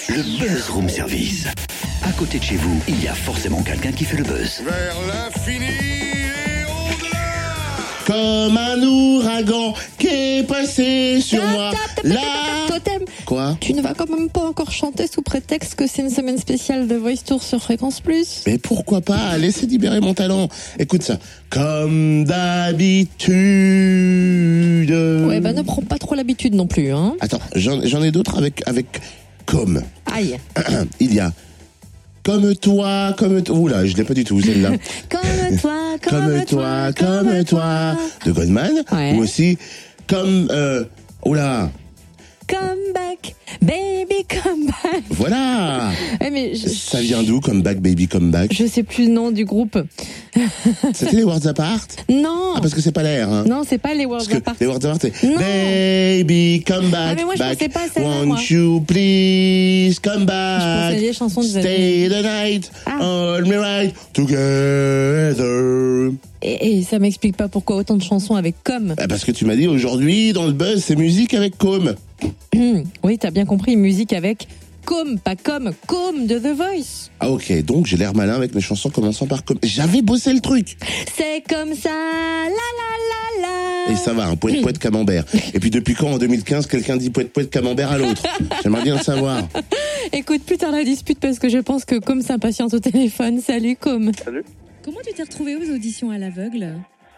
Le Buzz Room Service. À côté de chez vous, il y a forcément quelqu'un qui fait le buzz. Vers l'infini et au-delà. Comme un ouragan qui est passé sur moi. Là. Totem. Quoi? Tu ne vas quand même pas encore chanter sous prétexte que c'est une semaine spéciale de Voice Tour sur Fréquence Plus? Mais pourquoi pas? Laissez libérer mon talent. Écoute ça. Comme d'habitude. Ouais, ne prends pas trop l'habitude non plus, hein. Attends, j'en ai d'autres avec comme. Aïe. Il y a comme toi. Oula, je l'ai pas du tout celle-là. Comme toi. Comme toi de Goldman. Ouais. Ou aussi comme oula. Come back, baby, come back. Voilà. Mais Ça vient d'où, Come Back Baby Come Back? Je sais plus le nom du groupe. C'était les Worlds Apart? Non. Ah, parce que c'est pas l'air, hein. Non, c'est pas les Worlds Parce que Apart. les Worlds Apart, c'est Non. Baby Come Back. Mais moi, je back. pensais pas à celle-là, Won't moi. you please come back? Je pensais à des chansons des Stay the night, hold me right together. Et ça m'explique pas pourquoi autant de chansons avec comme. Parce que tu m'as dit aujourd'hui, dans le buzz, c'est musique avec comme. Oui, t'as bien compris, musique avec comme, pas comme de The Voice. Ah ok, donc j'ai l'air malin avec mes chansons commençant par comme. J'avais bossé le truc. C'est comme ça, la la la la. Et ça va, un poète camembert. Et puis depuis quand en 2015 quelqu'un dit poète camembert à l'autre? J'aimerais bien le savoir. Écoute, plus tard la dispute parce que je pense que comme s'impatiente au téléphone. Salut comme. Salut. Comment tu t'es retrouvé aux auditions à l'aveugle?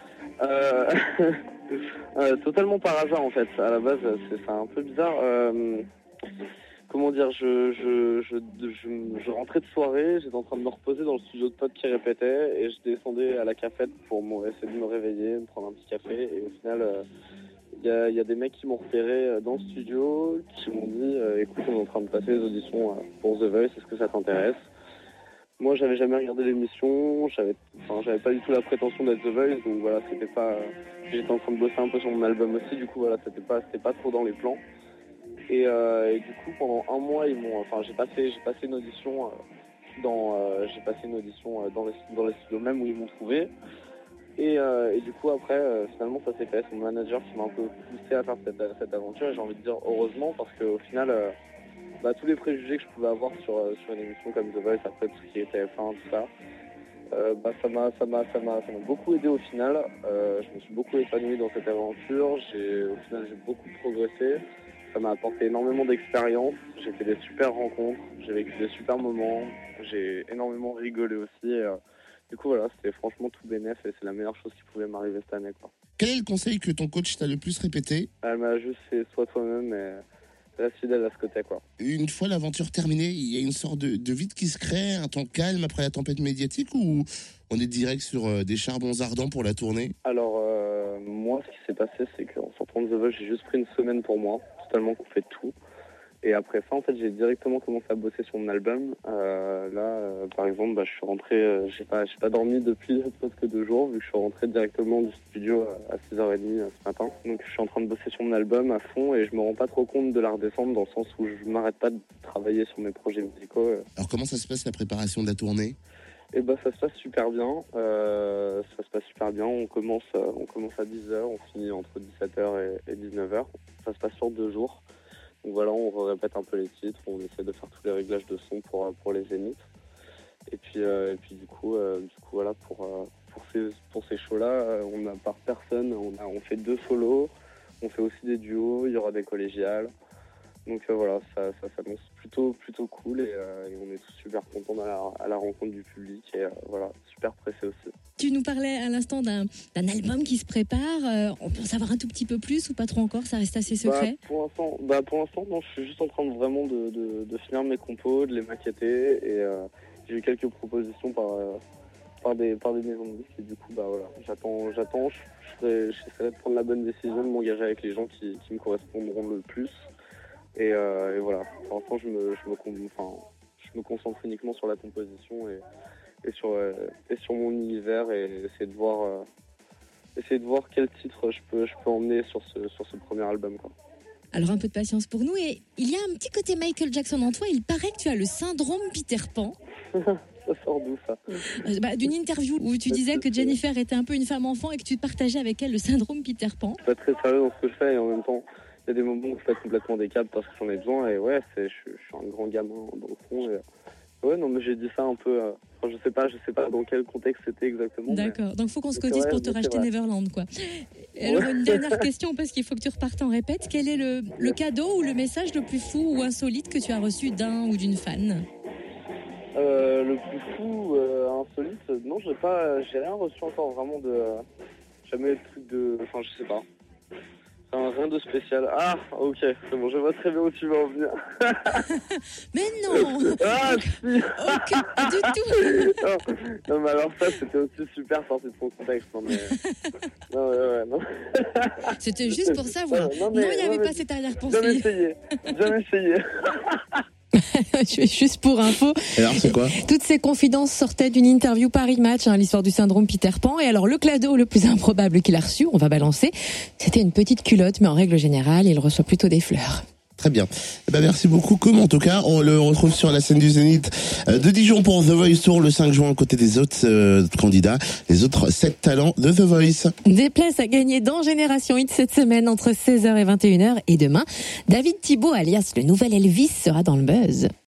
Totalement par hasard en fait. À la base, c'est un peu bizarre. Comment dire, je rentrais de soirée, j'étais en train de me reposer dans le studio de potes qui répétait et je descendais à la cafette pour essayer de me réveiller, me prendre un petit café et au final, il y a des mecs qui m'ont repéré dans le studio, qui m'ont dit écoute, on est en train de passer les auditions pour The Voice, est-ce que ça t'intéresse? Moi, j'avais jamais regardé l'émission, j'avais pas du tout la prétention d'être The Voice, donc voilà, c'était pas. J'étais en train de bosser un peu sur mon album aussi, du coup voilà, c'était pas trop dans les plans. Et du coup, pendant un mois, j'ai passé une audition dans les studios même où ils m'ont trouvé. Et du coup après, finalement, ça s'est fait. C'est mon manager qui m'a un peu poussé à faire cette aventure. Et j'ai envie de dire heureusement parce qu'au final. Tous les préjugés que je pouvais avoir sur une émission comme The Voice, après tout ce qui était F1, tout ça, ça m'a beaucoup aidé au final. Je me suis beaucoup épanoui dans cette aventure. Au final, j'ai beaucoup progressé. Ça m'a apporté énormément d'expérience. J'ai fait des super rencontres. J'ai vécu des super moments. J'ai énormément rigolé aussi. Du coup, voilà, c'était franchement tout bénef et c'est la meilleure chose qui pouvait m'arriver cette année, quoi. Quel est le conseil que ton coach t'a le plus répété? Elle m'a juste fait sois toi-même et reste fidèle à ce côté, quoi. Une fois l'aventure terminée, il y a une sorte de vide qui se crée, un temps calme après la tempête médiatique ou on est direct sur des charbons ardents pour la tournée? Alors, moi, ce qui s'est passé, c'est qu'en sortant de The Voice, j'ai juste pris une semaine pour moi, totalement coupé de tout. Et après ça, en fait, j'ai directement commencé à bosser sur mon album. Par exemple, je suis rentré, j'ai pas dormi depuis presque 2 jours, vu que je suis rentré directement du studio à 6h30 ce matin. Donc, je suis en train de bosser sur mon album à fond et je me rends pas trop compte de la redescendre dans le sens où je m'arrête pas de travailler sur mes projets musicaux. Alors, comment ça se passe la préparation de la tournée? Ça se passe super bien. On commence à 10h, on finit entre 17h et 19h. Ça se passe sur 2 jours. Donc voilà, on répète un peu les titres, on essaie de faire tous les réglages de son pour les zéniths. Et puis du coup voilà, pour ces shows-là, on n'a par personne, on fait 2 solos, on fait aussi des duos, il y aura des collégiales. Donc voilà, ça s'annonce plutôt cool et on est tous super contents à la rencontre du public et voilà, super pressés aussi. Tu nous parlais à l'instant d'un album qui se prépare. On peut en savoir un tout petit peu plus ou pas trop encore? Ça reste assez secret? Pour l'instant, non, je suis juste en train de finir mes compos, de les maqueter et j'ai eu quelques propositions par des maisons de disques et du coup voilà, j'attends, j'essaierai de prendre la bonne décision, de m'engager avec les gens qui me correspondront le plus. Et voilà, pour l'instant je me concentre uniquement sur la composition et sur mon univers et essayer de voir quel titre je peux emmener sur ce premier album, quoi. Alors un peu de patience pour nous, et il y a un petit côté Michael Jackson en toi, il paraît que tu as le syndrome Peter Pan. Ça sort d'où ça? D'une interview où tu disais que Jennifer était un peu une femme enfant et que tu partageais avec elle le syndrome Peter Pan. Je suis pas très sérieux dans ce que je fais et en même temps y a des moments où je pète complètement des câbles parce que j'en ai besoin. Et ouais, je suis un grand gamin dans le fond. Et, ouais, non, mais j'ai dit ça un peu. Je sais pas dans quel contexte c'était exactement. D'accord. Donc, faut qu'on se cotise pour te racheter Neverland, quoi. Alors, une dernière question, parce qu'il faut que tu repartes en répète. Quel est le cadeau ou le message le plus fou ou insolite que tu as reçu d'un ou d'une fan? Le plus fou, insolite, non, j'ai rien reçu encore vraiment jamais de truc enfin, je sais pas. Enfin, rien de spécial. Ah, ok, c'est bon, je vois très bien où tu vas en venir. Mais non. Ah, si. Ok, pas du tout. Non, mais alors ça, c'était aussi super sorti de son contexte. Non, mais... non. C'était juste pour savoir. Non, il n'y avait pas cette arrière-pensée. Jamais essayé. Juste pour info. Alors, c'est quoi? Toutes ces confidences sortaient d'une interview Paris Match, l'histoire du syndrome Peter Pan. Et alors, le cadeau le plus improbable qu'il a reçu, on va balancer, c'était une petite culotte, mais en règle générale, il reçoit plutôt des fleurs. Très bien. Merci beaucoup. En tout cas, on le retrouve sur la scène du Zénith de Dijon pour The Voice Tour le 5 juin, à côté des autres candidats, les autres 7 talents de The Voice. Des places à gagner dans Génération Hit cette semaine entre 16h et 21h. Et demain, David Thibault, alias le nouvel Elvis, sera dans le buzz.